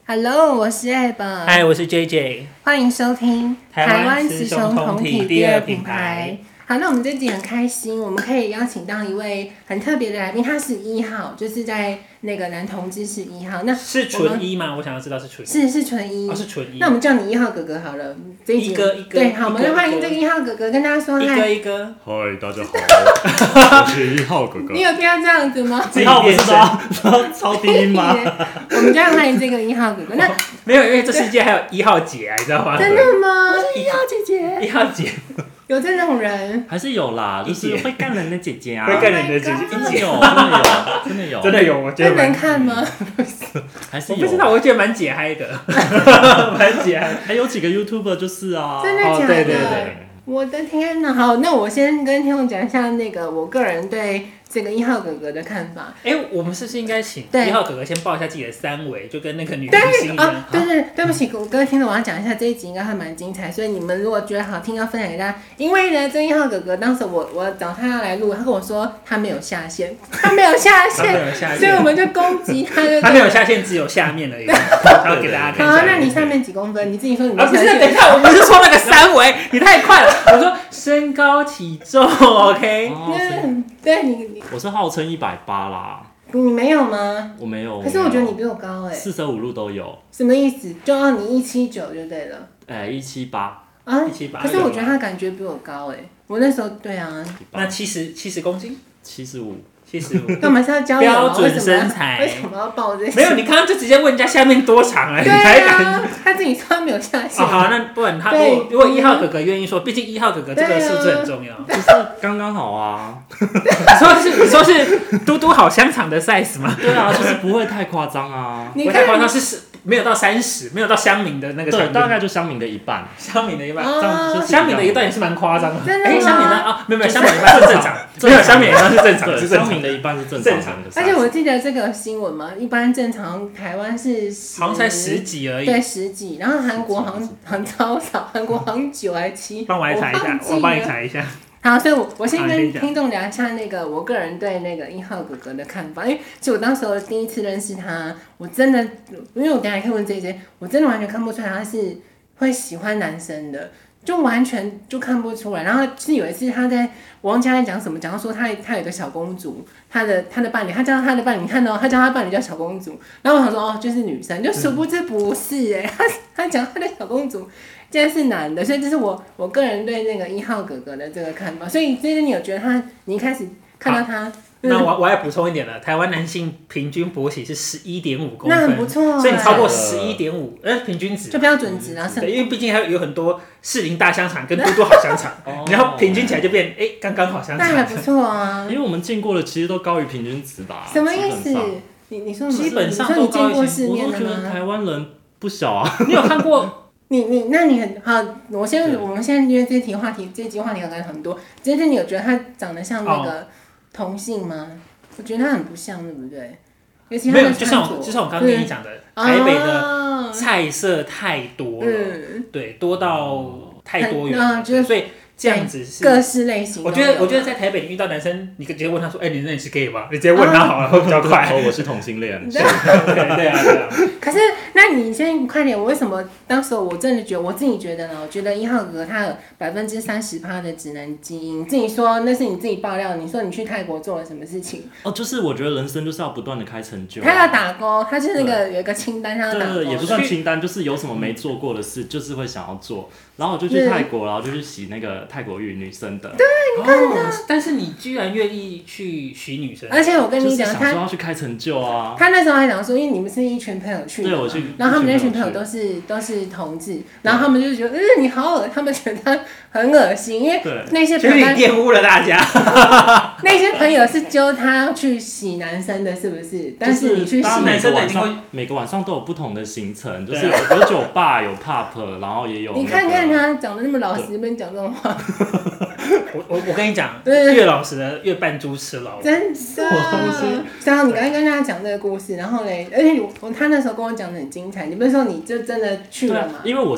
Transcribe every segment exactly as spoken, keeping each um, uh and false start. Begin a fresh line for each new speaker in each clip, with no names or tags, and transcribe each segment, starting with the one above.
Hello， 我是 Ab，
嗨，我是 J J，
欢迎收听
台
湾雌雄同体第二品
品
牌。好，那我们这集很开心，我们可以邀请到一位很特别的来宾，他是一号，就是在那个男同志是一号。那
是纯一吗？我想要知道是纯一。
是是纯一，
哦，是纯一。
那我们叫你一号哥哥好了。这一集
一哥一哥。
对，好，我们就欢迎这个一号哥哥，跟大家说嗨。
一哥一哥。
嗨，大家好，我是一号哥哥。
你有必要这样子吗？
一号不是说超低音吗？
我们就要欢迎这个一号哥哥。那、哦、
没有，因为这世界还有一号姐，你知道吗？
真的吗？我是一号姐姐。
一号姐。有
这种人
还是有啦，就是会干人的姐姐啊，
会干人的姐姐，
真的有，真的有，真的有，
真的有，我觉得
能看吗？
还是有，
我不知道，我觉得蛮解嗨的，蛮解嗨。
还有几个 YouTuber 就是啊，
真的假的？
哦、对对对，
我的天哪！好，那我先跟听众讲一下那个我个人对这个一号哥哥的看法。
哎、欸，我们是不是应该请一号哥哥先报一下自己的三围，就跟那个女明星一样？
啊、对对，对不起，各位听众，我要讲一下这一集应该会蛮精彩，所以你们如果觉得好听，要分享给大家。因为呢，这一号哥哥当时我我找他要来录，他跟我说他没有下线，他没有下线，
没有下线，
所以我们就攻击他就。
他没有下线，只有下面而已。然后给大家看一下。
好，那你下面几公分？你自己说你没
啊，不是，等一下，我不是说那个三围，你太快了。我说身高体重 ，OK？
哦、
对你你。
我是号称一百八啦。
你没有吗？
我没有。
可是我觉得你比我高哎、欸。
四舍五入都有。
什么意思？就要你一七九就对了。
哎、欸，一七八。
啊，
一七八。
可是我觉得他感觉比我高哎、欸。我那时候对啊。
那七十七十公斤？
七十五。
七十五。
干嘛是要教
标准身材？
为什么要报这些？
没有，你刚刚就直接问人家下面多长哎、欸，
对
你才敢。
啊，他自己说他没有下线。
哦，好，那不然他如果如果一号哥哥愿意说，毕竟一号哥哥这个数字很重要。
就是刚刚好啊。
你说是你说是嘟嘟好香肠的 size 吗？
对啊，就是不会太夸张啊。
不会太夸张是没有到三十，没有到乡民的那个程度。
对，大概就乡民的一半。
乡民的一半，
哦、
乡民的一半也是蛮夸张的。
真的吗？
哎，乡民的啊，没有没有，乡民的一半是正常，没有乡民的一半是正常，是
乡民的一半是正常。
而且我记得这个新闻嘛，一般正常台湾是
好像才十几而已，
对十几，然后韩国好像很超少，韩国好像九还七。
帮我来查一下，我帮你查一下。
好，所以我我先跟听众聊一下那个我个人对那个一号哥哥的看法，因为其实我当时我第一次认识他，我真的，因为我等一下可以问这些，我真的完全看不出来他是会喜欢男生的。就完全就看不出来，然后是有一次他在我忘记他在讲什么，讲到说他他有个小公主，他的他的伴侣，他叫他的伴侣，你看到、哦、他叫他伴侣叫小公主，然后我想说哦就是女生，就殊不知不是哎、欸，他他讲他的小公主竟然是男的，所以这是我我个人对那个一号哥哥的这个看法，所以这是你有觉得他你一开始看到他。
那我我要补充一点了，台湾男性平均勃起是十一点五公分，
那很不错、欸，
所以你超过十一点五，呃，平均值
就标准值啊，
对，因为毕竟还有很多士林大香肠跟嘟嘟好香肠，然后平均起来就变哎刚刚好香肠，
那还不错啊。
因为我们见过的其实都高于平均值吧？
什么意思？你你说
基本上
都高于平均值，
我都觉得台湾人不小啊。
你有看过？
你你那你很好，我先我们现在因为这题话题这集话题刚刚很多，今天你有觉得他长得像那个同性吗？我觉得他很不像，对不对？尤其他
没有，就像我就像我刚刚跟你讲的，
嗯、
台北的菜色太多了，
嗯、
对，多到太多元
了，
嗯、所以这样子是
各式类型。
我觉得，我觉得在台北你遇到男生，你直接问他说：“哎、欸，你那你是 gay 吗？”你直接问他好了，会比较快。
哦，我是同性恋。
对对对啊，对啊。
可是，那你先快点，我为什么当时我真的觉得，我自己觉得呢？我觉得一号哥哥他有百分之三十趴的直男基因，自己说那是你自己爆料，你说你去泰国做了什么事情？
哦，就是我觉得人生就是要不断的开成就、啊。
他要打勾，他是那个有一个清单，他要打勾。
对，也不算清单，就是有什么没做过的事，就是会想要做。然后我就去泰国，然后就去洗那个泰国浴，女生的。
对，你看他、
哦。但是你居然愿意去洗女生，
而且我跟你讲，
就是、想说要去开成就啊。
他那时候还讲说，因为你们是一群朋友去的，
对，我去。
然后他们那群朋友都是都是同志，然后他们就觉得，嗯，你好恶，他们觉得他很恶心，因为那些朋友
你玷污了大家。
那些朋友是揪他去洗男生的，是不是？但是你去洗
男生的，每个晚上每个晚上都有不同的行程，就是有有酒吧，有 pub， 然后也有、那個。
你看看他讲的那么老实，跟你讲这种话。
我我我跟你讲，越老实的越扮猪吃老虎。
真的。然后你刚才跟大家讲这个故事，然后嘞，而且我他那时候跟我讲的很精彩。你不是说你就真的去了吗？
因为我是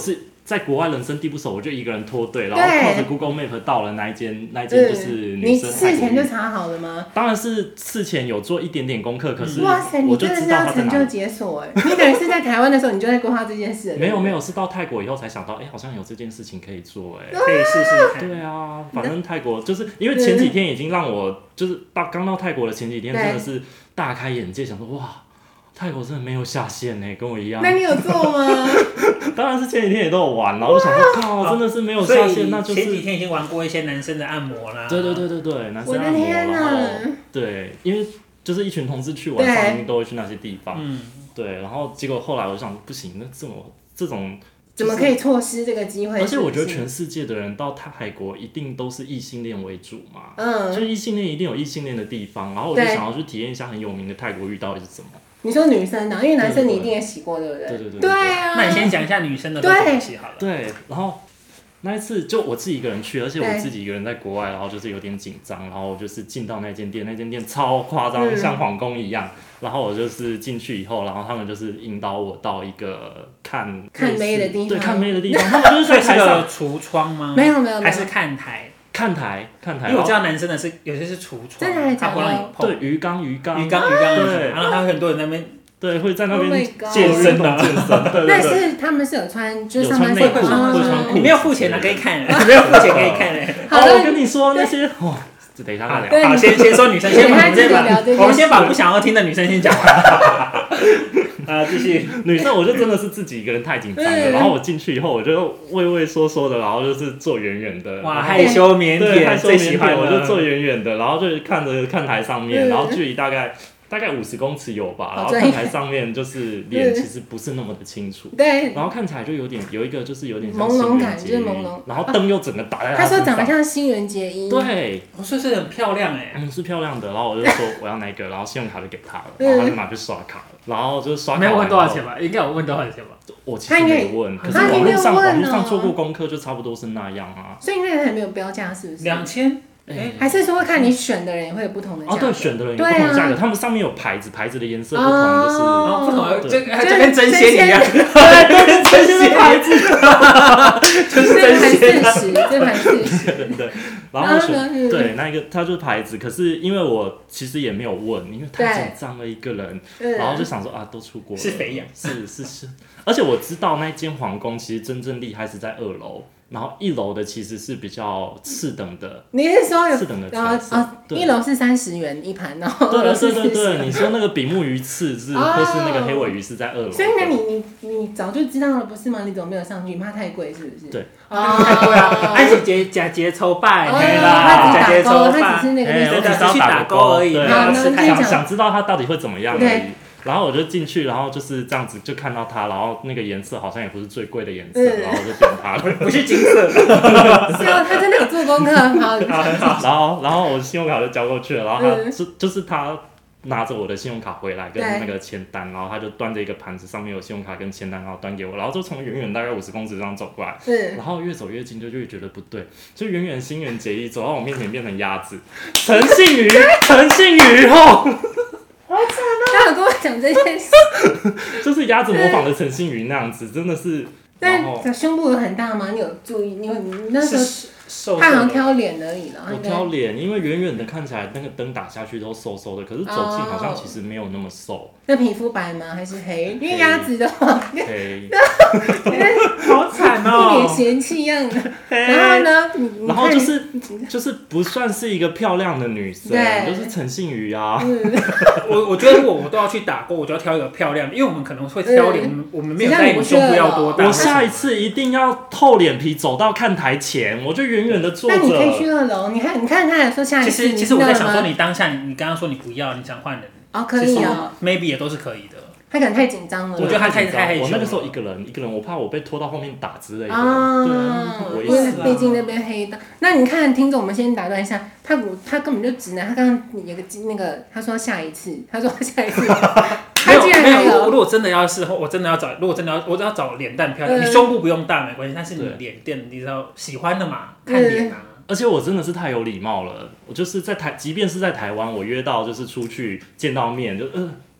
在国外人生地不熟，我就一个人脱队，然后靠着 Google Map 到了那一间那一间就是女生泰国浴。
你事前就查好了吗？
当然是事前有做一点点功课，可是
哇塞，
我就知道他在哪里。
你真的是要成就解锁哎！你等于是在台湾的时候你就在规划这件事了。
没有没有，是到泰国以后才想到，哎、欸，好像有这件事情可以做哎、
欸，可以试试看。
对啊，反正泰国就是因为前几天已经让我就是到刚到泰国的前几天真的是大开眼界，想说哇。泰国真的没有下限呢，跟我一样。
那你有做吗？
当然是前几天也都有玩，然后我想说，靠，真的是没有下限，那就是
前几天已经玩过一些男生的按摩啦。
对对对对对，男生按摩，然后对，因为就是一群同事去玩，上面都会去那些地方，嗯，对，然后结果后来我就想，不行，那这种这种。
怎么可以错失这个机会？
而且我觉得全世界的人到泰国一定都是异性恋为主嘛，嗯，就是异性恋一定有异性恋的地方，然后我就想要去体验一下很有名的泰国浴到底是什么。
你说女生呢、啊？因为男生你一定也洗过，对不对？
对对对。
对啊。
那你先讲一下女生的都怎么洗好了。
对，然后那一次就我自己一个人去，而且我自己一个人在国外，然后就是有点紧张，然后就是进到那间店，那间店超夸张，嗯、像皇宫一样。然后我就是进去以后，然后他们就是引导我到一个看
看妹的地方，
对，看妹的地方。他们就是在台上
橱窗吗？
没有没有，
还是看台。
看台，看台，
因为我知道男生的是有些是橱窗，
真的还假的？
对，鱼缸，鱼缸，
鱼缸，鱼缸，
对，
然后还有很多人在那边。
对，会在那边
健
身的，健身。对对对。
但是他们是有穿，就是上半
身会穿，会穿裤。
你没有付钱哪可以看？没有付錢可以看嘞。
好，我跟你說那些，哇，這等一下再聊。
好，先先說女生，先把我們先把我們先把不想要聽的女生先講完。啊，繼續。
女生我就真的是自己一個人太緊張了，然後我進去以後，我就畏畏縮縮的，然後就是坐遠遠的。
哇，害羞腼腆，
害羞腼腆，我就坐遠遠的，然後就看着看台上面，然後距離大概。大概五十公尺有吧，然後看台上面就是臉其實不是那麼的清楚，
對，
然後看起來就有點有一個就是有點像
朦朧感，就是朦朧，
然後燈又整個打在
他身上。他說長得像新垣結衣，
對，
我說是很漂亮哎，
嗯，是漂亮的，然後我就說我要那個，然後信用卡就給他了，然後他就拿去刷卡了，然後就刷卡。
沒有問多少錢吧？應該有問多少錢吧？
我其實沒有問，可是網絡上網絡上做過功課就差不多是那樣啊。
所以那個還沒有標價是不是？
兩千。
欸、還是說會看你選的人也會有不同的價格？
哦，對，選的人有不同的價格，啊、他們上面有牌子，牌子的顏色不同，就是
哦，不同的，就就跟真仙一樣，
對，
跟真仙的牌子，就是真仙的，
這盤事實，
對，然後選對那一個，它就是牌子，可是因為我其實也沒有問，因為太緊張了一個人，然後就想說啊，都出國了，
是肥羊，
是是是，而且我知道那間皇宮其實真正厲害是在二樓。然後一樓的其實是比較次等的，
你是說有
次等的
菜色？啊，一樓是三十元一盤，然後
對對對對，你說那個比目魚翅是，或是那個黑尾魚是在二樓。
所以那你你你早就知道了不是嗎？你怎麼沒有上去？怕太貴是不是？
對，
啊，
太貴啊！而且節假節抽拜，
對
啦，假節抽拜，
他只是那個，
我只是
去打勾而已，
想想知道它到底會怎麼樣而已。然後我就進去，然後就是這樣子就看到它，然後那個顏色好像也不是最貴的顏色，嗯、然後就點它了，
不是金色。是
哦，他真的有做功課，很好。
然後然後我信用卡就交過去了，然後他、嗯、就就是他拿着我的信用卡回來跟那個簽單，然後他就端着一個盤子，上面有信用卡跟簽單，然後端給我，然後就從遠遠大概五十公尺這樣走過來，嗯、然後越走越近就越覺得不對，就遠遠新垣結衣走到我面前變成鴨子，陳信妤，陳信妤後。
好慘啊！他有跟我講這件事，
就是鴨子模仿的陳信妤那樣子，真的是。
但胸部有很大嗎？你有注意？你有你那時候他好像挑臉而已了。
我挑臉，因為遠遠的看起來那個燈打下去都瘦瘦的，可是走近好像其實沒有那麼瘦。
那皮膚白嗎？還是黑？因為鴨子的話，
黑。
好慘哦！
一臉嫌棄樣的。然後呢？
然後就是就是不算是一個漂亮的女生，就是陳信妤啊。
我我覺得如果我都要去打勾，我就要挑一個漂亮的，因為我們可能會挑臉，我們我們沒有在意胸部要多大。
我下一次一定要厚臉皮走到看台前，我就遠遠的坐着。
那你可以去二樓，你看，你看他說下一次。
其實其實我在想說，你當下你你剛剛說你不要，你想換人，
哦，可以啊
，maybe 也都是可以的。
他可能太緊張了。
我覺得他太太害羞。我那個時候一個人，一個人，我怕我被拖到後面打之類的。
啊，
對，
因為畢竟那邊黑道。那你看，聽眾，我們先打斷一下，他他根本就直男，他剛剛有個那個，他說下一次，他說下一次。
沒有沒有，如果真的要事後，我真的要找，如果真的要，我真要找臉蛋漂亮，你胸部不用大沒關係，但是你臉蛋你知道喜歡的嘛，看臉啊。
而且我真的是太有禮貌了，我就是在台，即便是在台灣，我約到就是出去見到面，就呃。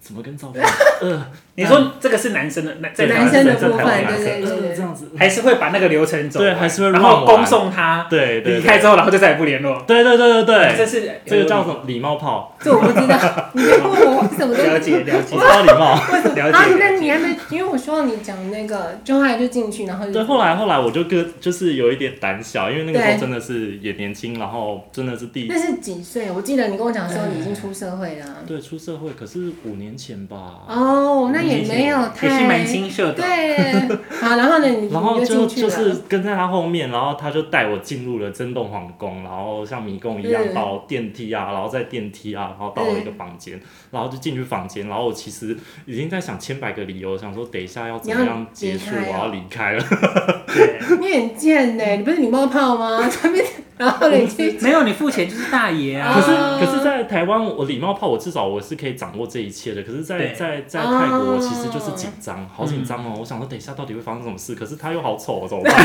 怎么跟照片？呃，
你说这个是男生的，在
男生的部分，
对
对对对，
这样子
还是会把那个流程走，
对，还是会
然后恭送他，
对对，
离开之后，然后就再也不联络。
对对对对对，
这是
这个叫什么礼貌炮？
这我不知道，你问我什么都
了解了解，
超礼貌。
了解。
啊，那你还没，因为我希望你讲那个，就后来就进去，然后就
对，后来后来我就跟就是有一点胆小，因为那个时候真的是也年轻，然后真的是第
那是几岁？我记得你跟我讲的时候，你已经出社会了。
对，出社会，可是五年前吧。
哦，那也没有太，
也是蛮清秀的。
对，好，然后呢，你
然后就
就
就是跟在他后面，然后他就带我进入了真洞皇宫，然后像迷宫一样到电梯啊，然后再电梯啊，然后到了一个房间，然后就进去房间，然后我其实已经在想千百个理由，想说等一下要怎么样结束，我要离开了。
你很贱呢，你不是礼貌炮吗？这边。然后你去
没有，你付钱就是大爷啊！
可是可是，在台湾我礼貌炮，我至少我是可以掌握这一切的。可是在，在在在泰国，我其实就是紧张，好紧张哦！我想说，等一下到底会发生什么事？可是他又好丑，怎么办？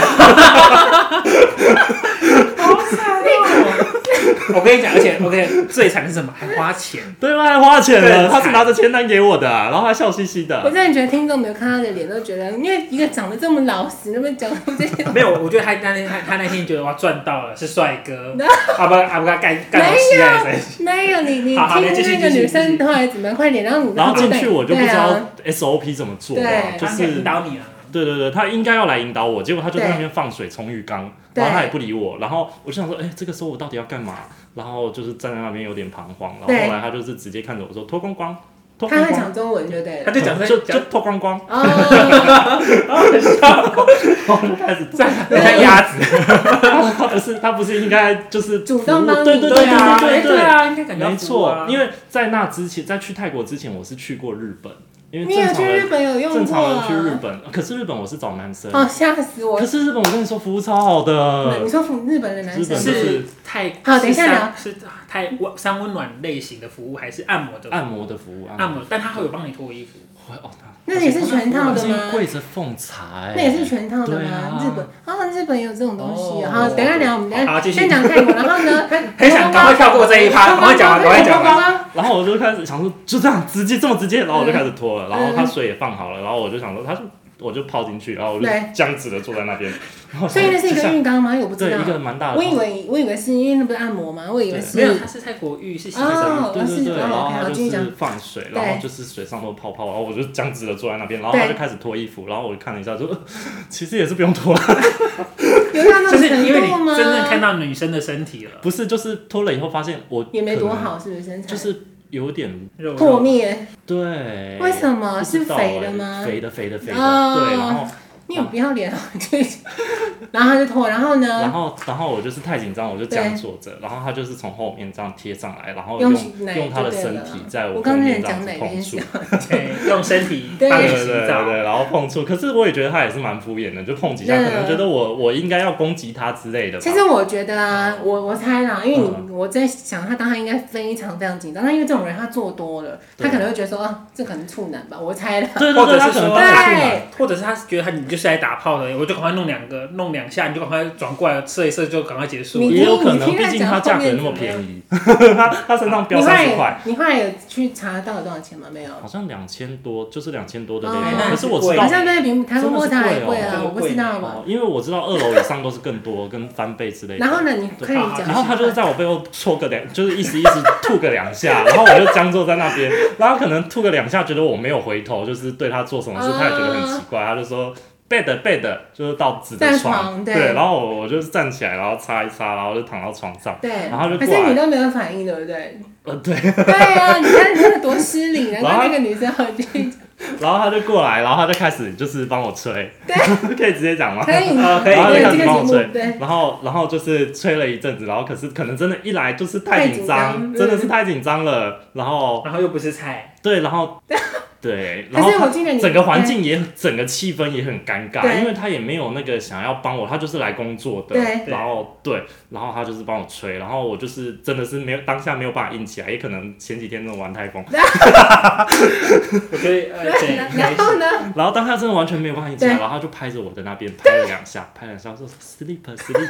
好惨哦！
我跟你讲，而且 OK 最惨是什么？还花钱。
对吧？还花钱了，他是拿着签单给我的，然后还笑嘻嘻的。
我真的觉得听众没有看他的脸，都觉得，因为一个长得这么老实，那么讲出这些。
没有，我觉得他那天他他那天觉得哇赚到了，是帅哥。啊不啊不，干干到膝盖
没有，你你听那个女生后来怎么快点，然后你
然后进去我就不知道 S O P 怎么做啊，就是
引导你啊。
对对对，他应该要来引导我，结果他就在那边放水冲浴缸，然后他也不理我，然后我就想说，哎、欸，这个时候我到底要干嘛？然后就是站在那边有点彷徨，然后后来他就是直接看着我说脱光光。
他会讲中文就对了，
他就讲
就就脱光光，
哦，
然后很笑，然后就开始站，
像鸭子，
他不是他不是应该就是
主动帮你，
对对对对对
对啊，应该感觉
没错，因为在那之前，在去泰国之前，我是去过日本。因为
你有去日本有用过、啊？
正常人去日本，可是日本我是找男生。
哦，吓死我！
可是日本我跟你说服务超好的。
你说服日本的男生
是泰？
好，等一下聊。
是泰三温暖类型的服务，还是按摩的？
按摩的服务，
按摩，但他会有帮你脱衣服。
哦，
那也是全套的吗？
跪着奉茶，
那也是全套的吗？
啊、
日本啊，日本有这种东西、啊。好，等一下聊，我们等
下
先讲泰国，然后呢，
很想赶快跳过这一趴，赶快讲完，赶快讲完。
然后我就开始想说，就这样直接这么直接，然后我就开始脱了，然后他水也放好了，然后我就想说，他就我就泡进去，然后我就僵直的坐在那边。
所以那是一个浴缸吗？我不知道。
对，一个蛮大的。
我以为我以为是因为那不是按摩吗？我以为是。
没有，它是泰国浴，是洗澡浴。
对对对，然后
他
就是放水，然后就是水上都泡泡，然后我就僵直的坐在那边，然后他就开始脱衣服，然后我就看了一下，就其实也是不用脱了。
就是因为你真正看到女生的身体了。
不是，就是脱了以后发现我
也没多好，是不是身材？
就是有点
破灭。
对。
为什么？是肥的吗？
肥的，肥的，肥的。对，然后。
你有不要脸啊！然后他就脱，然后呢？
然后，然后我就是太紧张，我就这样坐着，然后他就是从后面这样贴上来，然后用用他的身体在我后面这样子碰触，
对，用身体
对对对对对，然后碰触。可是我也觉得他也是蛮敷衍的，就碰几下，可能觉得我我应该要攻击他之类的。
其实我觉得啊，我我猜啦，因为你我在想他当他应该非常非常紧张，但因为这种人他做多了，他可能会觉得说啊，这可能处男吧，我猜的。
对对对，他可能
对，或者是他觉得他你就。是来打炮的，我就赶快弄两个，弄两下，你就赶快转过来射一射，就赶快结束。
也有可能，毕竟它价格那么便宜，他他身上标三十块。
你后来有去查到底多少钱吗？没有。
好像两千多，就是两千多的那种。可是我知道，
好像对比台湾摸茶还贵啊，我不知道嘛。
因为我知道二楼以上都是更多，跟翻倍之类的。
然后呢，你可以讲。
然后他就是在我背后戳个两，就是一直一直吐个两下，然后我就僵坐在那边，然后可能吐个两下，觉得我没有回头，就是对他做什么事，他也觉得很奇怪，他就说。bed bed 就是到纸的床，
对，
对，然后我我就站起来，然后擦一擦，然后就躺到床上，
对，
然后就过来，
可是你都没有反应，对不对？
呃，对，
对啊，你看你那个多失礼，然后那个女生好去，
然后他就过来，然后他就开始就是帮我吹，
对，
可以直接讲吗？
可以，
啊，可以，
然后就开始帮我吹，
对，
然后然后就是吹了一阵子，然后可是可能真的，一来就是太紧张，真的是太紧张了，然后
然后又不是菜，
对，然后。对，然后他整个环境也整个气氛也很尴尬，因为他也没有那个想要帮我，他就是来工作的，然后对，然后他就是帮我吹，然后我就是真的是没有当下没有办法硬起来，也可能前几天真的玩太疯，
我觉得呃对，
然后呢，
然后当下真的完全没有办法硬起来，然後他就拍着我的那边拍了两下，拍两下说 sleep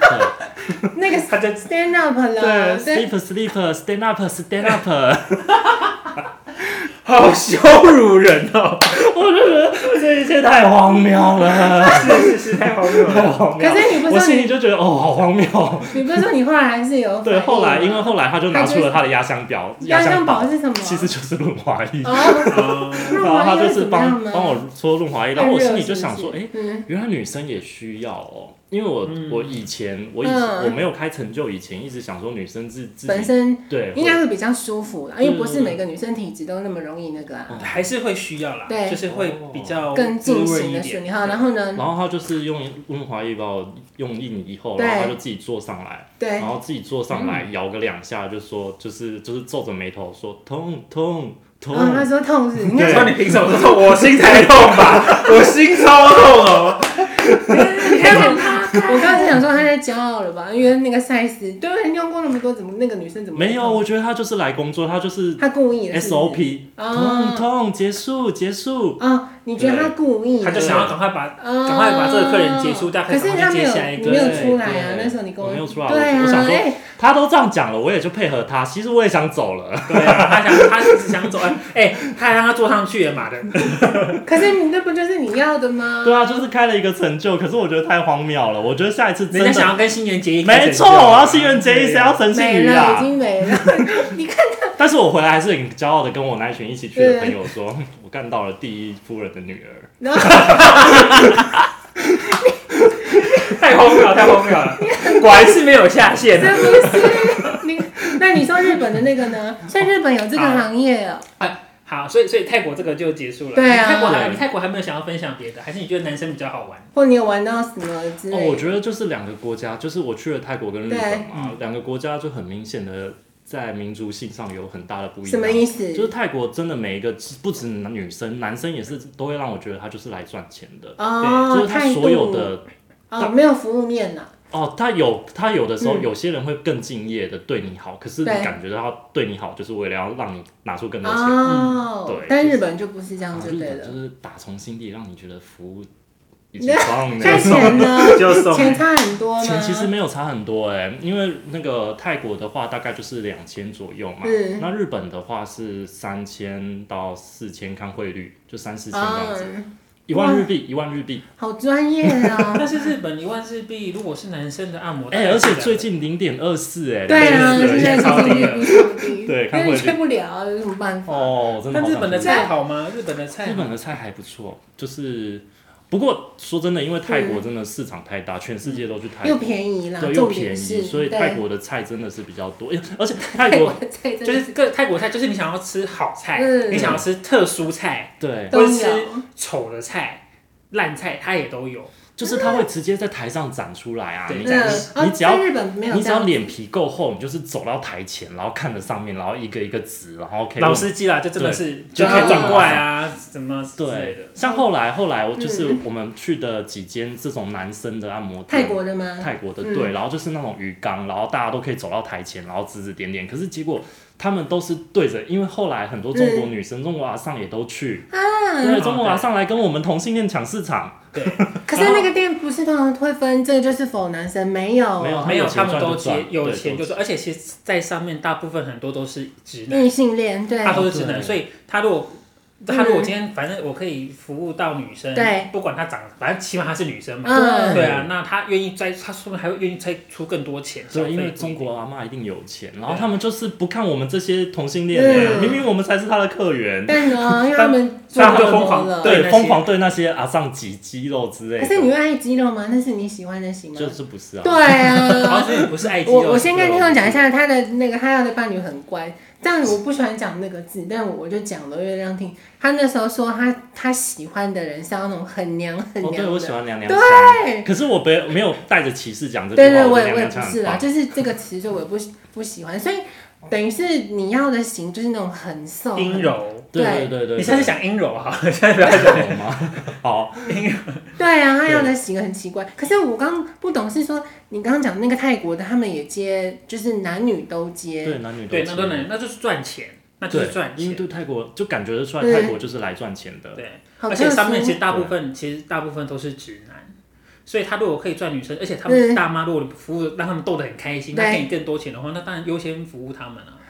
sleep，
那个他就 stand up 了，
对 sleep sleep stand up stand up。
好羞辱人哦！
我就觉得这一切太荒谬了，
是是是，太荒谬了，
太荒谬了。
可是你不是说你
我心里就觉得哦，好荒谬。
你不是说你后来还是有
对，后来因为后来他就拿出了他的压箱表，
压箱宝是什么？
其实就是润滑液。
哦，
然后他就是帮帮我搓润滑液，然后我心里就想说，哎、
欸嗯，
原来女生也需要哦。因为我、嗯、我以前我以前、
嗯、
我没有开成就以前，一直想说女生自自己
本身
对
应该会比较舒服啦，因为不是每个女生体质都那么容易那个啊，
嗯、还是会需要啦，
对，
就是会比较
更进行的顺利哈。然后呢，
然后他就是用润滑液把我用硬以后，然后他就自己坐上来，
对，
然后自己坐上来、嗯、摇个两下，就说就是就是皱着眉头说痛痛。痛
哦，他说痛是，
你说你凭什么说痛？我心才痛吧，我心超痛哦。
你看他，我刚才想说他在骄傲了吧？因为那个赛事，对，你用过那么多，怎么那个女生怎么
没有？我觉得他就是来工作，他就是
他故意的
S O P， 痛痛结束结束。
哦，你觉得他故意？
他就想要赶快把赶快把这个客人结束掉，
可是他没有，你没有出来啊？那时候你跟我
没有出来，
对啊，
我想说他都这样讲了，我也就配合他。其实我也想走了，
对啊，他想他只想走，哎，他还让他坐上去了嘛的。
可是你这不就是你要的吗？
对啊，就是开了一个成就，可是我觉得太荒谬了。我觉得下一次真的
人家想要跟新垣结衣，
没错，我要新垣结衣，谁要陈信宇啊？
已经没了，你看他。
但是我回来还是很骄傲的跟我那一群一起去的朋友说，我干到了第一夫人的女儿。
太荒谬了，太荒谬了！果然是没有下限。
这不是你？那你说日本的那个呢？像日本有这个行业哦、喔。
哎，好，所以所以泰国这个就结束了。
对啊。
泰国还你泰国还没有想要分享别的，还是你觉得男生比较好玩？
或你有玩到什么之类的？
哦，我觉得就是两个国家，就是我去了泰国跟日本嘛，两个国家就很明显的在民族性上有很大的不一样。
什么意思？
就是泰国真的每一个不止女生，男生也是都会让我觉得他就是来赚钱的。
哦。
对，就是他所有的。
哦，没有服务面呐、
啊。哦，他有，他有的时候、嗯、有些人会更敬业的对你好，可是你感觉到他对你好，就是为了要让你拿出更多钱。
哦，
嗯、对。
但日本就不是这样就对了。
就是打从心底让你觉得服务已经棒了。
那钱呢？钱差很多吗？
钱其实没有差很多哎、欸，因为那个泰国的话大概就是两千左右嘛，
嗯、
那日本的话是三千到四千，看汇率就三四千这样子。嗯一万日币，一万日币，
好专业啊！
但是日本一万日币，如果是男生的按摩，
哎、欸，而且最近零点二四，哎，
对啊，现在超低了，
对，
因为你去不了，有什么办法？
哦，真的。
但日本的菜好吗？日本的菜，
日本的菜还不错，就是。不过说真的，因为泰国真的市场太大，嗯、全世界都去泰国，
又便宜啦，
对，又便宜，所以泰国的菜真的是比较多。而且泰国
就是个泰国菜，就是你想要吃好菜，嗯、你想要吃特殊菜，
对，
或者吃丑的菜。烂菜它也都有，
就是它会直接在台上展出来啊！你
你
你只要
你
只要脸皮够厚，你就是走到台前，然后看着上面，然后一个一个指，然后可以
老司机啦，就真的是就可以转过来啊，什么之类的。
像后来后来我就是我们去的几间这种男生的按摩店，
泰国的吗？
泰国的对，然后就是那种鱼缸，然后大家都可以走到台前，然后指指点点。可是结果他们都是对着，因为后来很多中国女生、中国阿桑也都去。对，中国阿桑来跟我们同性恋抢市场。
对，
可是那个店不是通常会分，这个就是否男生，没有，
没有，
没有，他们都接有钱就赚，而且其实，在上面大部分很多都是直男，
异性恋，对，
他都是直男，所以他如果。他如果今天反正我可以服务到女生，
对，
不管她长，反正起码她是女生嘛，
嗯、
对啊，那他愿意再，他说不定还会愿意再出更多钱，
对，因为中国阿嬷一定有钱，然后他们就是不看我们这些同性恋的，明明我们才是他的客源，
但呢，因为他们
他们就疯狂
对疯狂对那些阿上挤肌肉之类的。
可是你会爱肌肉吗？那是你喜欢的型吗？
就是不是啊？
对啊，
好像不是爱肌肉。
我我先跟听众讲一下，他的那个他要的伴侣很乖。这样我不喜欢讲那个字，但我就讲了，月亮听。他那时候说他他喜欢的人是要那种很娘很娘的。
哦，对，我喜欢娘娘腔。
对。
可是我没没有带着歧视讲这句话。
对对，我也
我
也不是啦，就是这个词，就我也不不喜欢，所以等于是你要的型就是那种很瘦、
阴柔。
对对对对。
你现在讲阴柔哈，现在不要讲
吗？好，
阴柔。
对啊，他要的型很奇怪。可是我刚不懂是说，你刚刚讲那个泰国的，他们也接，就是男女都接。
对，男女都
接。对，那都能，那就是赚钱。那就是赚钱，
因为对泰国就感觉得出来，泰国就是来赚钱的。
对，而且上面其实大部分其实大部分都是直男，所以他如果可以赚女生，而且他们大妈如果服务让他们逗得很开心，他给你更多钱的话，那当然优先服务他们啊。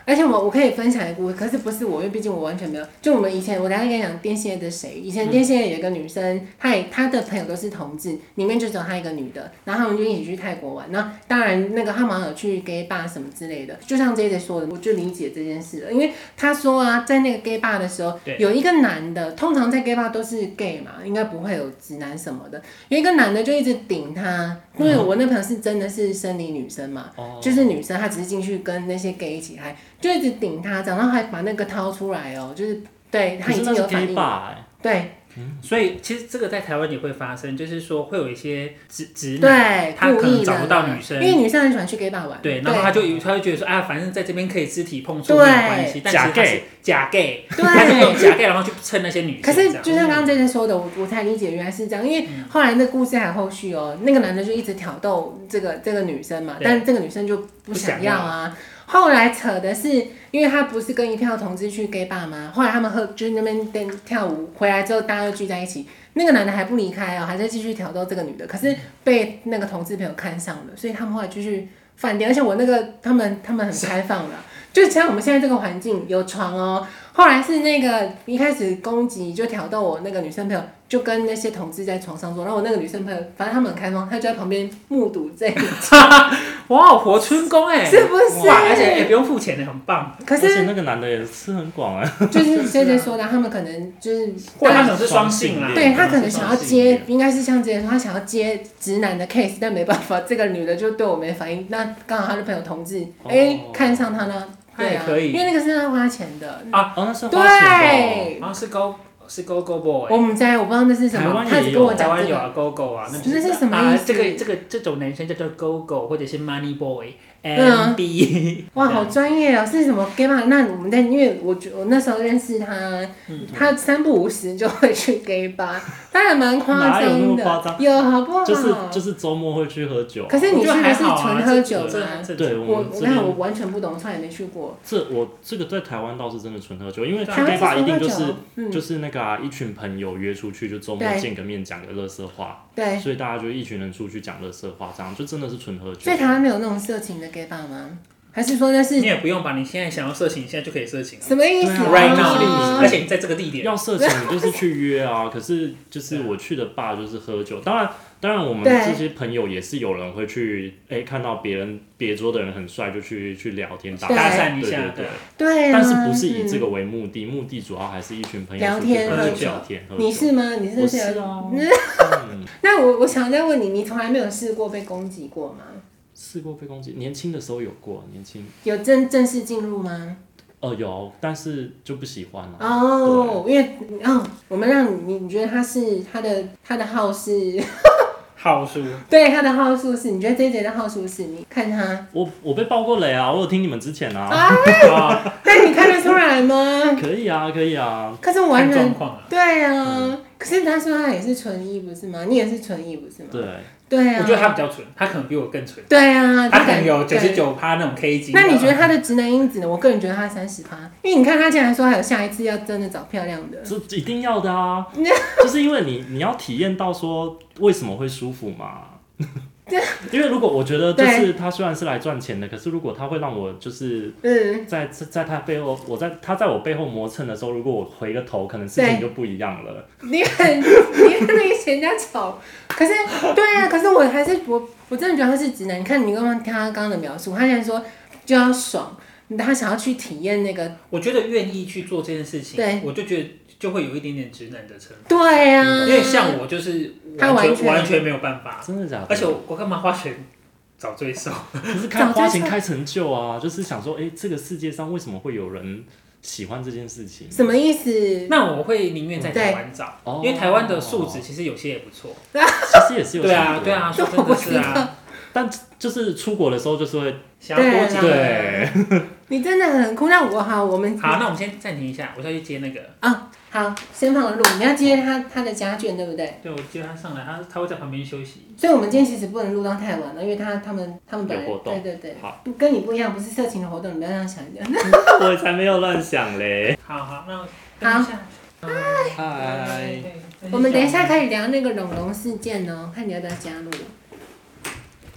而且我我可以分享一个故事，可是不是我，因为毕竟我完全没有。就我们以前，我等一下跟你讲电线业的谁，以前电线业有一个女生，她也她的朋友都是同志，里面就只有她一个女的，然后他们就一起去泰国玩。然后当然那个他们有去 gay bar 什么之类的，就像 J J 说的，我就理解这件事了，因为他说啊，在那个 gay bar 的时候，有一个男的，通常在 gay bar 都是 gay 嘛，应该不会有直男什么的，有一个男的就一直顶他，因为我那朋友是真的是生理女生嘛，哦、就是女生，她只是进去跟那些 gay 一起嗨。就一直顶他，然后还把那个掏出来哦，就是对他已经有反应了，欸、对。
嗯、所以其实这个在台湾也会发生，就是说会有一些直直
男，
他可能找不到女生，
因为女生很喜欢去 gay bar 玩，
对，然后他就他就觉得说，啊，反正在这边可以肢体碰触没有关系，但是他是假 gay， 他是用假 gay 然后去蹭那些女生。
可是就像刚刚这件说的，我我才理解原来是这样，因为后来那故事还有后续哦，那个男的就一直挑逗这个这个女生嘛，但是这个女生就不想要啊。后来扯的是，因为他不是跟一票同志去 gay bar 吗？后来他们喝就是那边跳舞，回来之后大家又聚在一起，那个男的还不离开哦，还在继续挑逗这个女的，可是被那个同志朋友看上了，所以他们后来继续饭店，而且我那个他们他们很开放的，就像我们现在这个环境有床哦。后来是那个一开始攻击就挑逗我那个女生朋友，就跟那些同志在床上做，然后我那个女生朋友，反正他们很开放，她就在旁边目睹这一切。
哇，活春宫哎，
是不是？
哇，而且也不用付钱的，很棒。
可是而且那个男的也是很广哎，
就是 J J 说的，他们可能就是，
或者他可能是双性啦，
对他可能想要接，应该是像J J说，他想要接直男的 case， 但没办法，这个女的就对我没反应，那刚好他的朋友同志，哎、欸，看上他呢。对啊，
可以，
因为那个是要花钱的
啊，
哦，那是花钱的，
对，
好像是 Go 是 Go Go Boy，
我们在我不知道那是什么，他只跟我讲这个，
台湾有啊 Go Go 啊，那
是什么意思？
这个这个这种男生叫做 Go Go 或者是 Money Boy。M B，
哇，好专业哦！是什么 gay bar？ 那我们在，因为我我那时候认识他，嗯、他三不五时就会去 gay bar， 他还蛮夸张的。哪
有那么夸张？
有好不好？
就是就是周末会去喝酒。
可是你去的是纯喝酒吗？
对，
我我看我完全不懂，从来没去过。
这我这个在台湾倒是真的纯喝酒，因为 gay bar 一定就是、嗯、就是那个、啊、一群朋友约出去，就周末见个面讲个垃圾话。对，所以大家就一群人出去讲垃圾话，这样就真的是纯喝酒。
所以台湾没有那种色情的 gay bar 吗？还是说那是
你也不用把你现在想要色情，你现在就可以色情、啊。
什么意思、啊、
？Right now， 而且你在这个地点
要色情，你就是去约啊。可是就是我去的 bar 就是喝酒，当然当然我们这些朋友也是有人会去，哎、欸，看到别人别桌的人很帅，就去去聊天打
搭讪一下，
对对
对。对、啊，
但是不是以这个为目的，嗯、目的主要还是一群朋友
聊天
喝酒聊天。
你是吗？你是不是？
我是啊。
嗯、那我我想再问你，你从来没有试过被攻击过吗？
试过被攻击，年轻的时候有过，年轻
有正正式进入吗？
哦、呃，有，但是就不喜欢了。
哦，因为哦，我们让你，你觉得他是他的他的号是
号数？
对，他的号数是？你觉得 J J 的号数是？你看他，
我我被爆过雷啊，我有听你们之前啊。
啊那你看得出来吗？
可以啊，可以啊。
可是我完全
啊
对啊、嗯，可是他说他也是纯一不是吗？你也是纯一不是吗？
对。
对啊，
我觉得他比较纯，他可能比我更纯。
对啊，
他可能有九十九趴那种 K 基。
那你觉得他的直男因子呢？我个人觉得他三十趴，因为你看他竟然说还有下一次要真的找漂亮的，
这一定要的啊！就是因为你你要体验到说为什么会舒服嘛。因为如果我觉得就是他虽然是来赚钱的，可是如果他会让我就是在在在他背后，我在他在我背后磨蹭的时候，如果我回个头，可能事情就不一样了。
你很你很那个人家吵，可是对啊，可是我还是我我真的觉得他是直男。你看你刚刚听他刚刚的描述，他现在说就要爽，他想要去体验那个。
我觉得愿意去做这件事情，对，我就觉得就会有一点点直男的成分。
对啊，因
为像我就是完全完全, 完全没有办法，
真的假的？
而且 我, 我干嘛花钱找罪受？
可是看花钱开成就啊，就是想说，哎、欸，这个世界上为什么会有人喜欢这件事情？
什么意思？
那我会宁愿在台湾找，因为台湾的素质其实有些也不错。
其实也是有些
对啊，对啊，说真的是啊。
但就是出国的时候，就是会
想要多几个。
对，
你真的很酷。那我好，我们
好，那我们先暂停一下，我要去接那个
啊。好，先放录。你要接他他的家眷，对不对？
对，我接他上来，他他会在旁边休息。
所以，我们今天其实不能录到太晚了，因为他他们他们本来
有活动，
对对对，
好，
跟你不一样，不是色情的活动，你不要这样想一下。
我才没有乱想嘞。
好好，那等一下。
嗨，
我们等一下可以聊那个龙龙事件哦，看你要不要加入。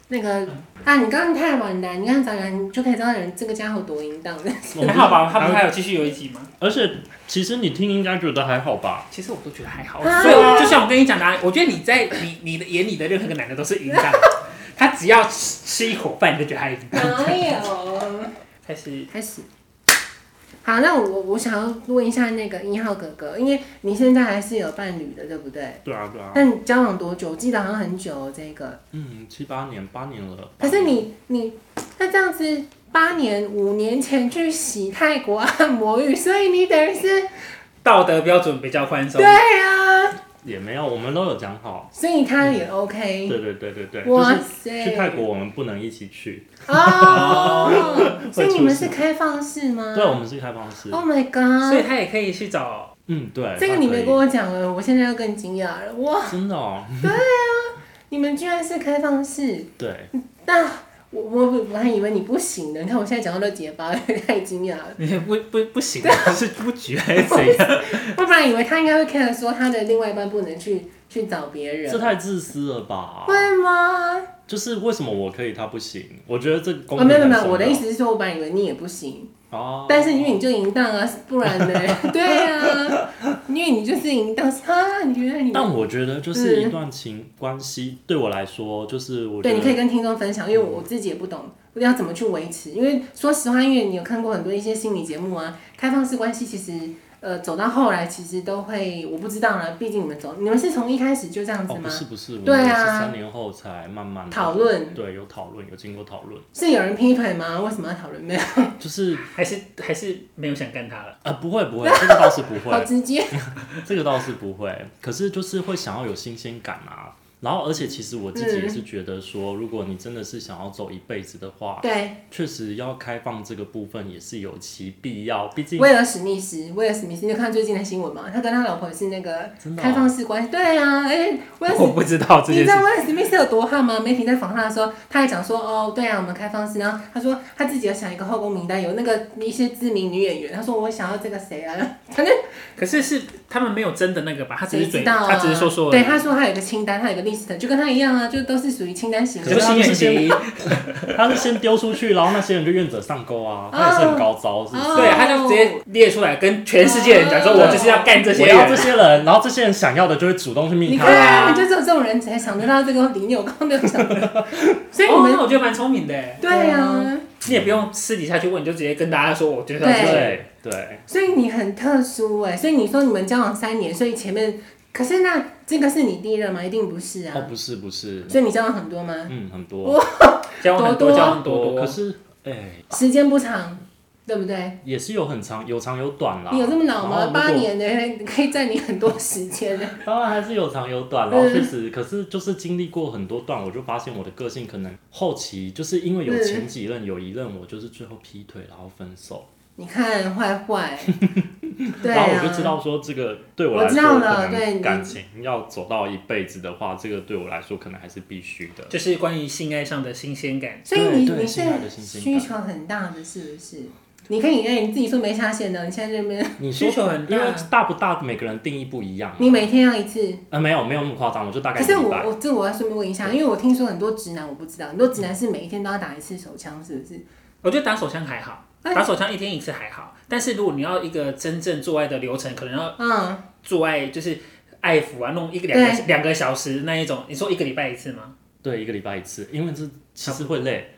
那个啊，你刚刚太晚了，你刚刚早点你就可以知道人这个家伙多淫荡的。
还好吧？他们还有继续有一集吗？
而且其实你听应该觉得还好吧？
其实我都觉得还好，啊、所以就像我跟你讲的，我觉得你在你你的眼里的任何个男的都是淫荡的，他只要吃一口饭你就觉得他淫荡。
哪有？
开始
开始。好，那我我想要问一下那个一号哥哥，因为你现在还是有伴侣的，对不对？
对啊，对啊。
那你交往多久？我记得好像很久哦，这个。
嗯，七八年，八年了。
可是你你那这样子，八年五年前去洗泰国按摩浴，所以你等于是
道德标准比较宽松。
对啊。
也没有，我们都有讲好，
所以他也 OK。
嗯、对对对对对，
哇
塞！去泰国我们不能一起去。
哦，所以你们是开放式吗？
对，我们是开放式。
Oh my god！
所以他也可以去找，
嗯，对。
这个你没跟我讲了，我现在又更惊讶了，哇！
真的哦。
对啊，你们居然是开放式。
对。
那我我我还以为你不行的，你看我现在讲到都结巴，太惊讶了。
你不不不行，是不举还是怎样？
我本来以为他应该会 care 说他的另外一半不能去去找别人。
这太自私了吧？
会吗？
就是为什么我可以他不行？我觉得这公
平。哦，没有没有，我的意思是说，我本来以为你也不行。
哦。
但是因为你就淫荡啊，不然呢？对啊，因为你就是淫荡啊，你觉得你？
但我觉得就是一段情关系、嗯、对我来说，就是我觉得
对，你可以跟听众分享，因为我自己也不懂要怎么去维持。因为说实话，因为你有看过很多一些心理节目啊，开放式关系其实。呃，走到后来其实都会，我不知道啦，毕竟你们走，你们是从一开始就这样子吗？
哦，不是不是，
对啊，
我们是三年后才慢慢
讨论，
对，有讨论，有经过讨论。
是有人劈腿吗？为什么要讨论？没有，
就是
还是还是没有想干他了啊、
呃？不会不会，这个倒是不会，
好直接，
这个倒是不会，可是就是会想要有新鲜感啊。然后，而且其实我自己也是觉得说，如果你真的是想要走一辈子的话，
对，
确实要开放这个部分也是有其必要。毕竟
威尔史密斯，威尔史密斯，你有看最近的新闻吗？他跟他老婆是那个开放式关系，对啊，哎，威尔史，
我不知道这件事。
你知道威尔史密斯有多悍吗？媒体在访他的时候，他还讲说，哦，对啊，我们开放式，然后他说他自己有想一个后宫名单，有那个一些知名女演员，他说我想要这个谁啊，反正。
可是是他们没有真的那个吧？他只是嘴，
啊、
他只是说说。
对，他说他有个清单，他有个 list， 就跟他一样啊，就都是属于清单型的。
就心眼型，
他是先丢出去，然后那些人就愿者上钩啊，他也是很高招，是不是？
对，他就直接列出来，跟全世界人讲说，我就是要干这些人，
我要这些人，然后这些人想要的就会主动去密他。
你看，就只有这种人才想得到这个理念，我刚刚没有想到。所以你们，
哦、我觉得蛮聪明的。
对啊。
你也不用私底下去问，你就直接跟大家说，我觉得
对对。
所以你很特殊哎，所以你说你们交往三年，所以前面，可是那这个是你第一任吗？一定不是啊。
哦，不是不是。
所以你交往很多吗？
嗯，很多。
交往很多，交往多多。
可是，哎、欸，
时间不长，对不对？
也是有很长，有长有短啦。
你有这么老吗？八年的可以占你很多时间的。
当然还是有长有短，然后确实，可是就是经历过很多段，我就发现我的个性可能后期就是因为有前几任，有一任我就是最后劈腿，然后分手。
你看坏坏，对啊，
然后我就知道说这个对我来说，可能感情要走到一辈子的话，这个对我来说可能还是必须的。
就是关于性爱上的新鲜感。
所以你你是需求很大的，是不是？你可以哎，你自己说没下限的，你现在这边
你
需求很大，
因为大不大，每个人定义不一样。
你每天要一次？
呃，没有没有那么夸张，我就大概。
可是我我这我要顺便问一下，因为我听说很多直男我不知道，很多直男是每一天都要打一次手枪，是不是？
我觉得打手枪还好。打手枪一天一次还好，但是如果你要一个真正做爱的流程，可能要做爱就是爱抚啊，弄一个两个两个小时那一种。你说一个礼拜一次吗？
对，一个礼拜一次，因为这其实会累。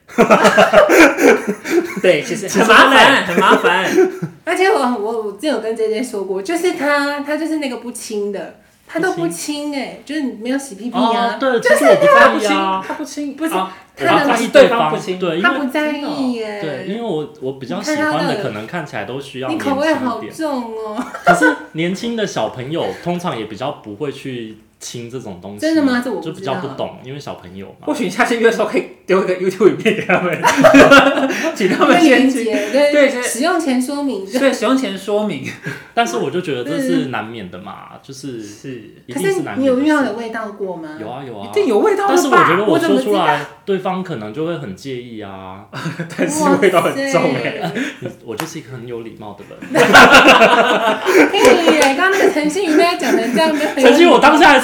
对，其实很麻烦，很麻烦。
而且我我我之前有跟 J J 说过，就是他他就是那个不亲的。他都不亲哎、欸，就是没有洗屁屁啊。
哦、对，
就是
我不在
意
啊，
他不亲，
不是、
啊、
他
在意
对方不亲，
对，
他不在意耶、欸。
对，因为我我比较喜欢的可能看起来都需要
你口味好重哦。
可是年轻的小朋友通常也比较不会去亲这种东西。
真的吗？这我不知道
就比较不懂，因为小朋友嘛。
或许下次约的时候可以丢一个 YouTube 影片给他们，请他们先
去对对，使用前说明。
对，使用前说明。
但是我就觉得这是难免的嘛，就是
是，
一定是难免的。
可是你有遇到有味道过吗？
有啊有啊，
一定有味道。
但是我觉得我说出来，对方可能就会很介意啊。
但是味道很重哎，
我就是一个很有礼貌的人。
嘿，刚刚那个陈信宇被他讲成这样，
陈信宇我当下还是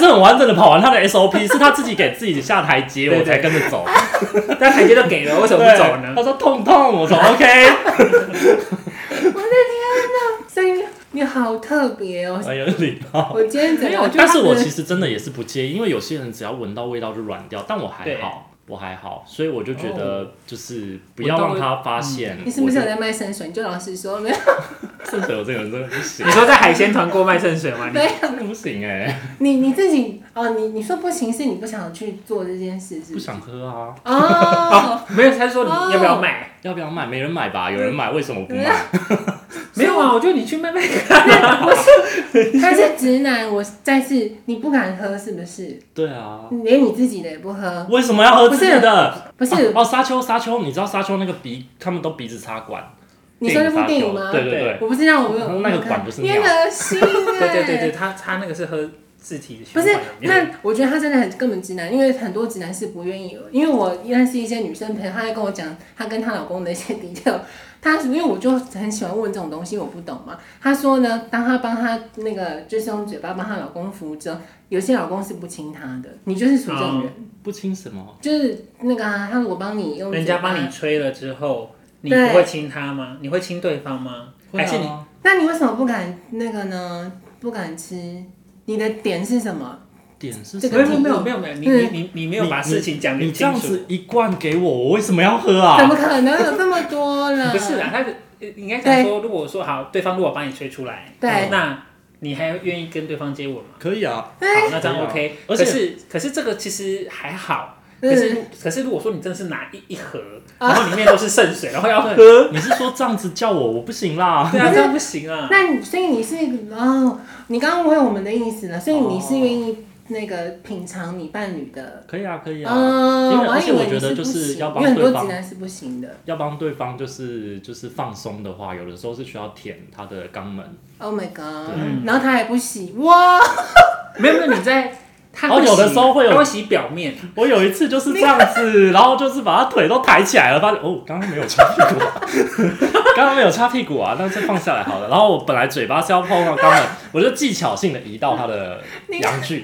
很完整的跑完他的 S O P， 是他自己给自己下台阶，我才跟着走。
但台阶都给了，为什么不走呢？
他说痛痛，我说 OK。
我的天哪，所以你好特别哦，
很有礼貌。
我今天怎样？
但是我其实真的也是不介意，因为有些人只要闻到味道就软掉，但我还好。我还好，所以我就觉得就是不要让他发现。
你是不是有在卖圣水？你就老实说没有。
圣水我这个人真的不行。
你说在海鲜团购卖圣水吗？
没有，
不行哎、欸。
你你自己哦，你你说不行是你不想去做这件事，是不是？
不想喝啊。
哦，
哦没有，他是说你要不要买？
哦、要不要买？没人买吧？有人买，为什么不买？
没有啊，我觉得你去卖卖看。
不是，他是直男，我再次你不敢喝是不是？
对啊。
连你自己的也不喝。
为什么要喝自己的？
不是、啊、
哦，沙丘沙丘，你知道沙丘那个鼻，他们都鼻子插管。
你说那部电影吗？
对对对，
我不知道，我没有。
那个管就是尿。
你很恶心哎！
对对对对，他他那个是喝自体的循
环。不是，
那
我觉得他真的很根本直男，因为很多直男是不愿意，因为我认识一些女生朋友，她在跟我讲她跟她老公的一些 detail。她因为我就很喜欢问这种东西，我不懂嘛。她说呢，当她帮她那个就是用嘴巴帮她老公扶之后，有些老公是不亲她的，你就是属这种人。嗯、
不亲什么？
就是那个啊，他如果帮你用，
人家帮你吹了之后。你不会亲他吗？你会亲对方吗？还是你？
那你为什么不敢那个呢？不敢吃？你的点是什么？
点是
这个
没有没有没有没有，你你你你没有把事情讲清楚。
你这样子一罐给我，我为什么要喝啊？
怎么可能有这么多了？
不是啦，他应该想说，如果说好，对方如果帮你吹出来，
对，
那你还愿意跟对方接吻吗？
可以啊，
好，那这样 OK。
可
是可是这个其实还好。可是，嗯、可是如果说你真的是拿一一盒，然后里面都是圣水，然后要喝，
你是说这样子叫我，我不行啦。
对啊，这样不行啊。
那你所以你是哦，你刚刚误会我们的意思了，所以你是愿意那个品尝你伴侣的？
可以啊，可以啊。
嗯，
因为而且我觉得就是要帮对方，
因为很多直男是不行的。
要帮对方就是就是放松的话，有的时候是需要舔他的肛门。
Oh my god！、嗯、然后他还不洗，哇！
没有没有，你在。他
有的时候会有，
他会洗表面。
我有一次就是这样子，然后就是把他腿都抬起来了，发现哦，刚刚没有擦屁股、啊，刚刚没有擦屁股啊，那就放下来好了。然后我本来嘴巴是要碰到肛门，我就技巧性的移到他的阳具。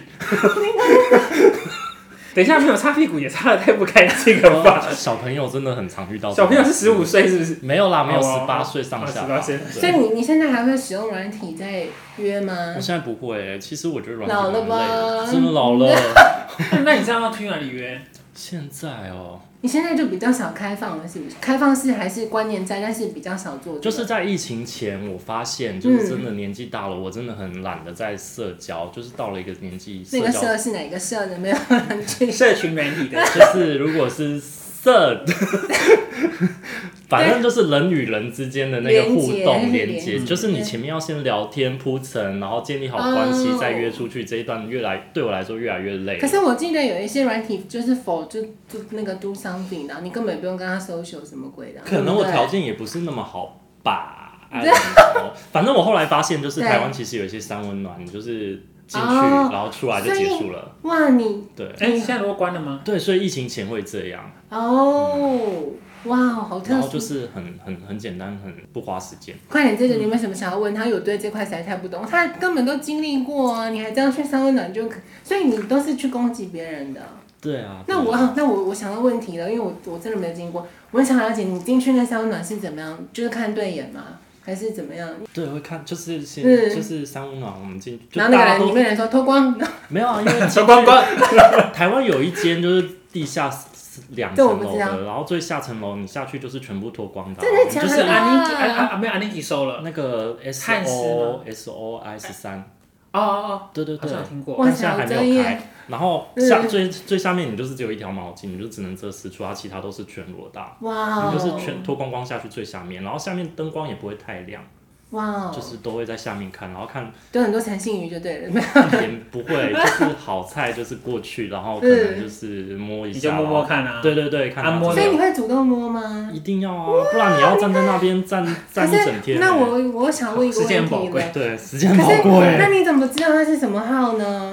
等一下，没有擦屁股也擦得太不干净了吧？
小朋友真的很常遇到。
小朋友是十五岁是不是？
没有啦，没有十八岁上下。
所以你你现在还会使用软体在约吗？
我现在不会、欸，其实我觉得软体
老了吧，
真的老了。
那你这样要去哪里约？
现在哦。
你现在就比较少开放了，是不是？开放式还是观念在，但是比较少做、這個。
就是在疫情前，我发现就是真的年纪大了，嗯、我真的很懒得在社交，就是到了一个年纪。
那个社是哪个社呢？没有人去。
社群软体的，
就是如果是社，反正就是人与人之间的那个互动连接，就是你前面要先聊天铺陈，然后建立好关系，哦、再约出去。这一段越来对我来说越来越累。
可是我记得有一些软体就是 for 就就那个 do something， 然后你根本不用跟他 social 什么鬼的。
可能我条件也不是那么好吧。反正我后来发现，就是台湾其实有一些三温暖，你就是进去、哦、然后出来就结束了。
哇，你
对，
哎、欸，现在如果关了吗？
对，所以疫情前会这样。
哦。嗯哇，好特殊！
然后就是很很很简单，很不花时间。
快点，这个你有没有什么想要问他？有对这块实在太不懂，他根本都经历过啊！你还这样去三温暖就可，所以你都是去攻击别人的。
对啊。
那我那我我想到问题了，因为我我真的没有经过，我很想了解你进去那三温暖是怎么样，就是看对眼吗？还是怎么样？
对，会看，就是先、嗯、就是三温暖，我们进去。
然后那个人里面人说脱光。
没有啊，因为
脱光光。
台湾有一间就是地下。两层楼的，然后最下层楼你下去就是全部脱光的、啊，
真的假的？
就是安妮啊啊没有安妮吉收了
那个 S O S O S 三，
哦哦哦，
对对对，
好像有听过，
但现在还没有开。然后下、嗯、最最下面你就是只有一条毛巾，你就只能遮私处，它其他都是全裸的。哇！你就是全脱光光下去最下面，然后下面灯光也不会太亮。哇！就是都会在下面看，然后看，
就很多陈信宇就对了，
也不会，就是好菜就是过去，然后可能就是摸一下，
你就摸摸看啊，
对对对，看
按摩。
所以你会主动摸吗？
一定要啊，不然你要站在那边站站一整天。
那我我想问一个问题了，
对，时间宝贵。
那你怎么知道它是什么号呢？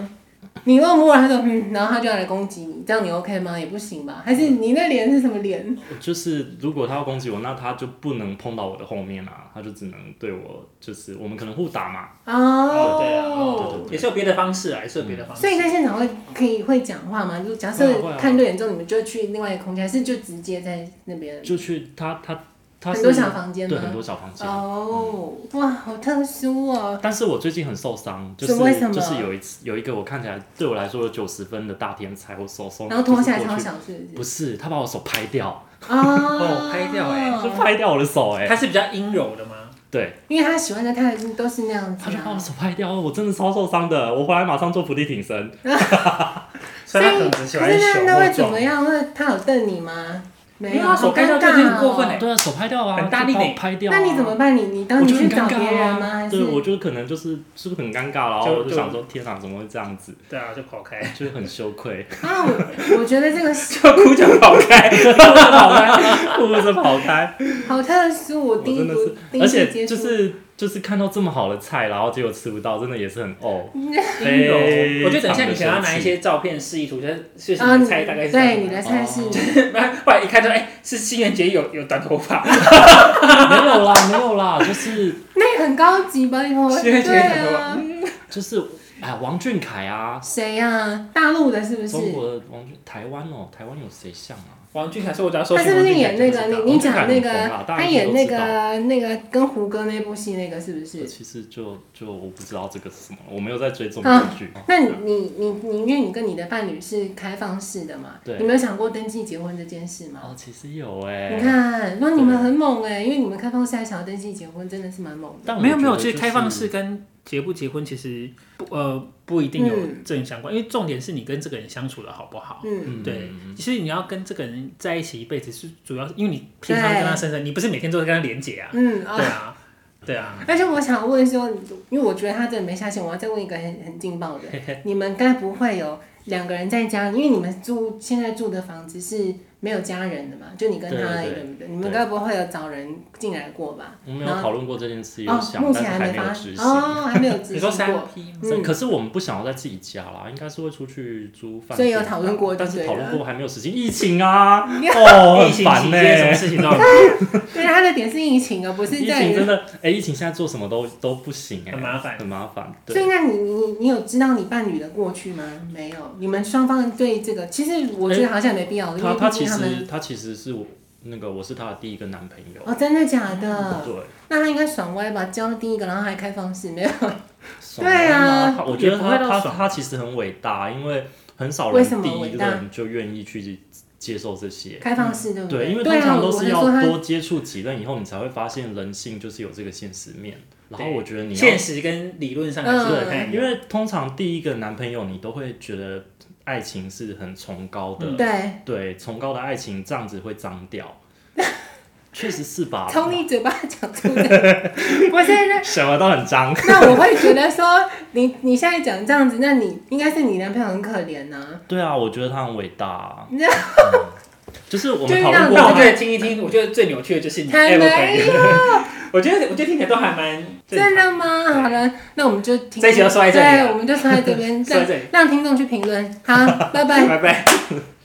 你如果摸了他就嗯，然后他就要来攻击你，这样你 OK 吗？也不行吧？还是你那脸是什么脸？
就是如果他要攻击我，那他就不能碰到我的后面啊，他就只能对我，就是我们可能互打嘛。
哦，
对啊，哦，也是有别的方式啊，也是有别的方式。
所以在现场会可以会讲话吗？就假设看对眼之后，你们就去另外一个空间，还是就直接在那边？
就去他他。
很多小房间吗？
对，很多小房间。
哦，嗯、哇，好特殊哦！
但是我最近很受伤，就是就是有一次有一个我看起来对我来说有九十分的大天才，我手手
然后脱下来超小是不是？
不是，他把我手拍掉。
哦，拍掉哎、
欸，就拍掉我的手哎、欸。
他是比较阴柔的吗？
对，
因为他喜欢的他都是那样子、啊。
他就把我手拍掉，我真的超受伤的，我回来马上做伏地挺身。
所以他可能只喜欢小
那会怎么样？那他有瞪你吗？没有，
他手拍掉就已经很过分了、欸。
对啊，手拍掉啊，
很大力的
拍掉、啊。
那你怎么办？你你当你去找别人吗？还是？
对，我就可能就是是不是很尴尬，然后我就想说，天哪，怎么会这样子？
对啊，就跑开，
就是很羞愧。
啊，我觉得这个
就哭就跑开，哭着跑开，
哭着跑开。
好特殊，我第一
次，而且就是就是看到这么好的菜，然后结果吃不到，真的也是很哦。
我觉得等一下你可能要拿一些照片示意图，就是就是你的菜大概是
对你的菜是，
不然一看就哎是新垣结衣有有短头发，
没有啦没有啦，就是
那很高级吧？以后
新垣结衣短头发，
就是哎王俊凯啊，
谁呀？大陆的是不是？
中国的王俊，台湾哦，台湾有谁像啊？
王俊凯是我只要说，
他是不是演那个？你你讲那个，他演那
个
那个跟胡歌那部戏那个是不是？
其实就就我不知道这个是什么，我没有在追踪这剧。
那你你你你因为你跟你的伴侣是开放式的嘛？
对。
你没有想过登记结婚这件事吗？
哦，其实有哎。
你看，那你们很猛哎，因为你们开放式还想要登记结婚，真的是蛮猛的。
没有没有，其实开放式跟结不结婚其实不呃不一定有正相关，因为重点是你跟这个人相处的好不好。嗯，对，其实你要跟这个人在一起一辈子，是主要是因为你平常跟他生活，你不是每天都在跟他连结啊。嗯，对啊，对啊。
而且我想问说，因为我觉得他真的没下线，我要再问一个很很劲爆的，你们该不会有两个人在家，因为你们住现在住的房子是没有家人的嘛，就你跟他一个人的，你们该不会有找人进来过吧？
我们有讨论过这件事，有想，
目前
但是还没有执行。
哦，还没有执行过。
你说三 P
嗯，可是我们不想要在自己家啦，应该是会出去租饭店。
所以有讨论过，
但是讨论过还没有实行。疫情啊，哦，
疫情期间什么事情都有。
对，他的点是疫情啊，不是在
疫情真的，哎，疫情现在做什么都都不行哎，
很麻烦，
很麻烦。
所以那你你你有知道你伴侣的过去吗？没有，你们双方对这个，其实我觉得好像没必要，因为
他其实
他们
他其实是我那个我是他的第一个男朋友。
哦，真的假的？
对。
那他应该爽歪吧？交第一个，然后还开放式，没有？
对啊，我觉得他他他其实很伟大，因为很少人第一个人就愿意去接受这些
开放式，对不
对？因为通常都是要多接触几任以后，你才会发现人性就是有这个现实面。然后我觉得你
现实跟理论上
对，因为通常第一个男朋友你都会觉得爱情是很崇高的，
对
对，崇高的爱情这样子会脏掉。确实是吧？
从你嘴巴讲出的，我现在
什么都很脏。
那我会觉得说，你你现在讲这样子，那你应该是你男朋友很可怜呐、啊。
对啊，我觉得他很伟大、啊嗯。就是我们讨论过，
我觉得听一听，我觉得最扭曲的就是你。
还没有。
我觉得我觉得听起来都还蛮
真的吗？好了，那我们就
这一集就说在这里，
对，我们就说在这边，让听众去评论。好，拜拜，
拜拜。